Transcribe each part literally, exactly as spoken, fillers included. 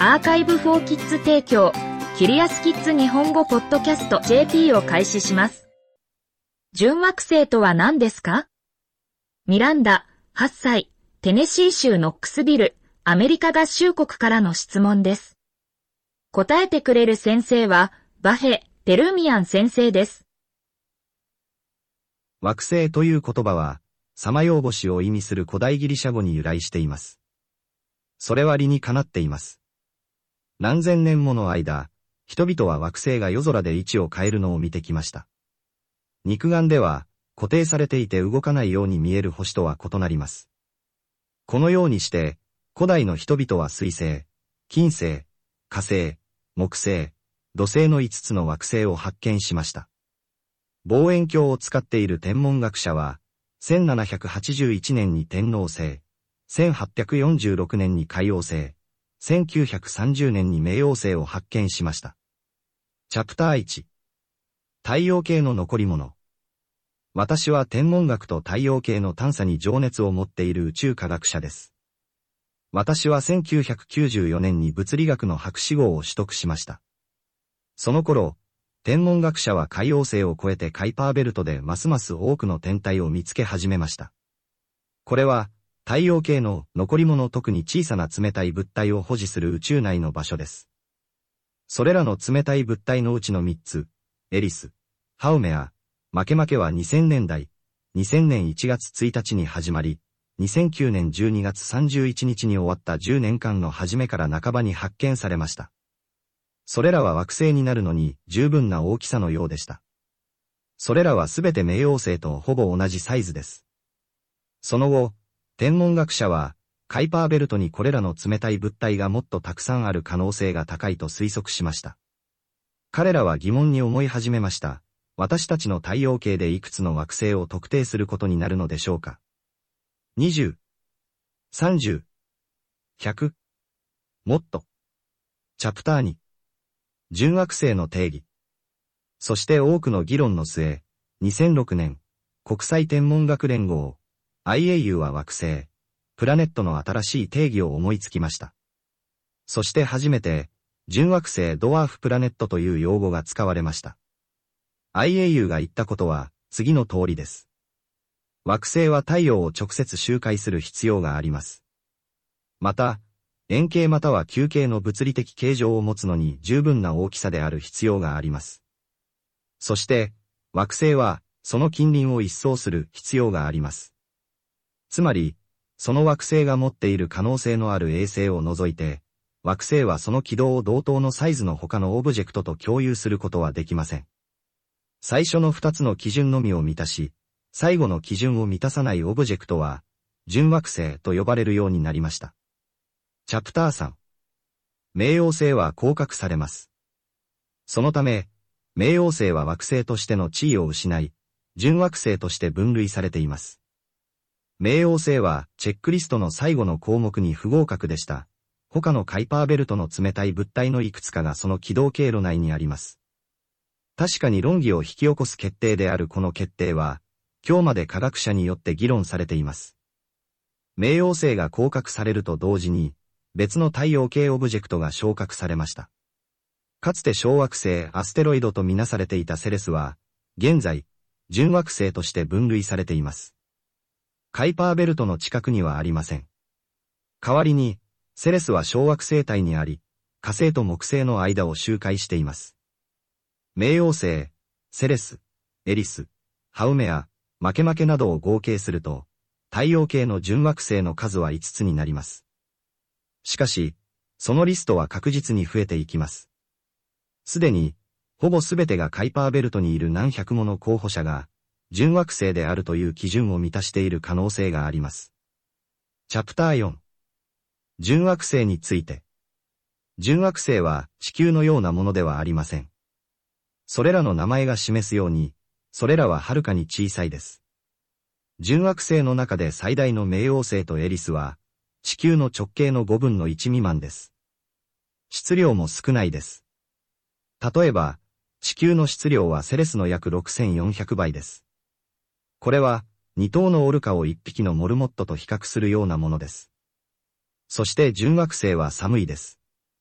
アーカイブフォーキッズ提供、キリアスキッズ日本語ポッドキャスト ジェーピー を開始します。準惑星とは何ですか？ミランダ、はっさい、テネシー州ノックスビル、アメリカ合衆国からの質問です。答えてくれる先生は、バフェ・ペルーミアン先生です。 惑星という言葉は、さまよう星を意味する古代ギリシャ語に由来しています。それは理にかなっています。何千年もの間、人々は惑星が夜空で位置を変えるのを見てきました。肉眼では固定されていて動かないように見える星とは異なります。このようにして、古代の人々は水星、金星、火星、木星、土星のいつつの惑星を発見しました。望遠鏡を使っている天文学者は、せんななひゃくはちじゅういちねんに天王星、せんはっぴゃくよんじゅうろくねんに海王星、せんきゅうひゃくさんじゅうねんに冥王星を発見しました。チャプターいち。太陽系の残り物。私は天文学と太陽系の探査に情熱を持っている宇宙科学者です。私はせんきゅうひゃくきゅうじゅうよねんに物理学の博士号を取得しました。その頃、天文学者は海王星を越えてカイパーベルトでますます多くの天体を見つけ始めました。これは、太陽系の残り物特に小さな冷たい物体を保持する宇宙内の場所です。それらの冷たい物体のうちのみっつ、エリス、ハウメア、マケマケはにせんねんだい、にせんねんいちがつついたちに始まり、にせんきゅうねんじゅうにがつさんじゅういちにちに終わったじゅうねんかんの初めから半ばに発見されました。それらは惑星になるのに十分な大きさのようでした。それらはすべて冥王星とほぼ同じサイズです。その後、天文学者は、カイパーベルトにこれらの冷たい物体がもっとたくさんある可能性が高いと推測しました。彼らは疑問に思い始めました。私たちの太陽系でいくつの惑星を特定することになるのでしょうか。にじゅう、さんじゅう、ひゃく、もっと。チャプターに。準惑星の定義。そして多くの議論の末、にせんろくねん、国際天文学連合、アイエーユー は惑星、プラネットの新しい定義を思いつきました。そして初めて、準惑星ドワーフプラネットという用語が使われました。アイエーユー が言ったことは、次の通りです。惑星は太陽を直接周回する必要があります。また、円形または球形の物理的形状を持つのに十分な大きさである必要があります。そして、惑星は、その近隣を一掃する必要があります。つまり、その惑星が持っている可能性のある衛星を除いて、惑星はその軌道を同等のサイズの他のオブジェクトと共有することはできません。最初の二つの基準のみを満たし、最後の基準を満たさないオブジェクトは、準惑星と呼ばれるようになりました。チャプターさん。冥王星は降格されます。そのため、冥王星は惑星としての地位を失い、準惑星として分類されています。冥王星はチェックリストの最後の項目に不合格でした。他のカイパーベルトの冷たい物体のいくつかがその軌道経路内にあります。確かに論議を引き起こす決定であるこの決定は、今日まで科学者によって議論されています。冥王星が降格されると同時に、別の太陽系オブジェクトが昇格されました。かつて小惑星アステロイドとみなされていたセレスは、現在、準惑星として分類されています。カイパーベルトの近くにはありません。代わりに、セレスは小惑星帯にあり、火星と木星の間を周回しています。冥王星、セレス、エリス、ハウメア、マケマケなどを合計すると、太陽系の準惑星の数はいつつになります。しかし、そのリストは確実に増えていきます。すでに、ほぼすべてがカイパーベルトにいる何百もの候補者が、準惑星であるという基準を満たしている可能性があります。チャプターよん。準惑星について。準惑星は地球のようなものではありません。それらの名前が示すように、それらははるかに小さいです。準惑星の中で最大の冥王星とエリスは、地球の直径のごぶんのいち未満です。質量も少ないです。例えば、地球の質量はセレスの約ろくせんよんひゃくばいです。これは、に頭のオルカをいっぴきのモルモットと比較するようなものです。そして準惑星は寒いです。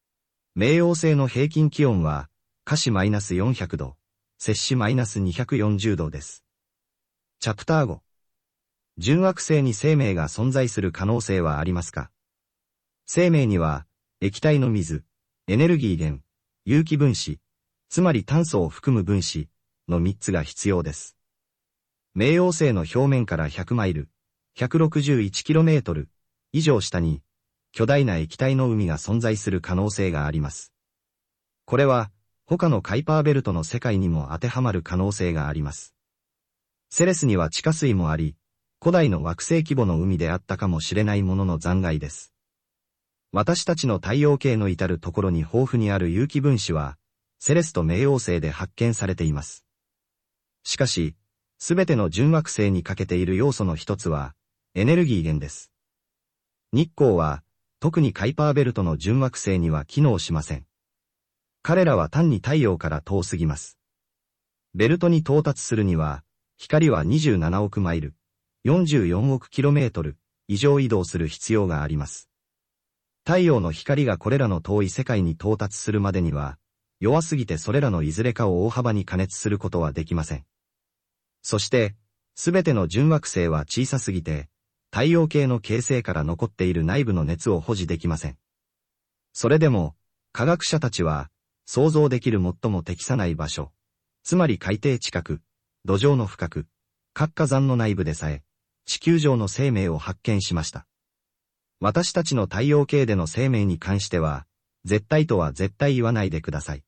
冥王星の平均気温は、華氏マイナスよんひゃくど、摂氏マイナスにひゃくよんじゅうどです。チャプターご。準惑星に生命が存在する可能性はありますか？生命には、液体の水、エネルギー源、有機分子、つまり炭素を含む分子のみっつが必要です。冥王星の表面からひゃくマイル、ひゃくろくじゅういちキロメートル以上下に巨大な液体の海が存在する可能性があります。これは他のカイパーベルトの世界にも当てはまる可能性があります。セレスには地下水もあり、古代の惑星規模の海であったかもしれないものの残骸です。私たちの太陽系の至るところに豊富にある有機分子は、セレスと冥王星で発見されています。しかし、すべての準惑星に欠けている要素の一つは、エネルギー源です。日光は、特にカイパーベルトの準惑星には機能しません。彼らは単に太陽から遠すぎます。ベルトに到達するには、光はにじゅうななおくマイル、よんじゅうよんおくキロメートル以上移動する必要があります。太陽の光がこれらの遠い世界に到達するまでには、弱すぎてそれらのいずれかを大幅に加熱することはできません。そして、すべての準惑星は小さすぎて、太陽系の形成から残っている内部の熱を保持できません。それでも、科学者たちは、想像できる最も適さない場所、つまり海底近く、土壌の深く、各火山の内部でさえ、地球上の生命を発見しました。私たちの太陽系での生命に関しては、絶対とは絶対言わないでください。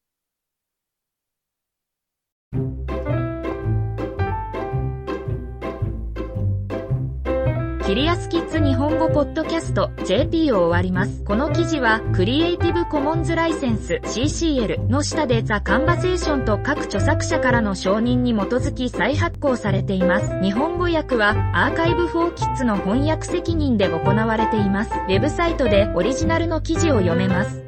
キリアスキッズ日本語ポッドキャスト ジェーピー を終わります。この記事はクリエイティブコモンズライセンス シーシーエル の下でザ・カンバセーションと各著作者からの承認に基づき再発行されています。日本語訳はアーカイブフォーキッズの翻訳責任で行われています。ウェブサイトでオリジナルの記事を読めます。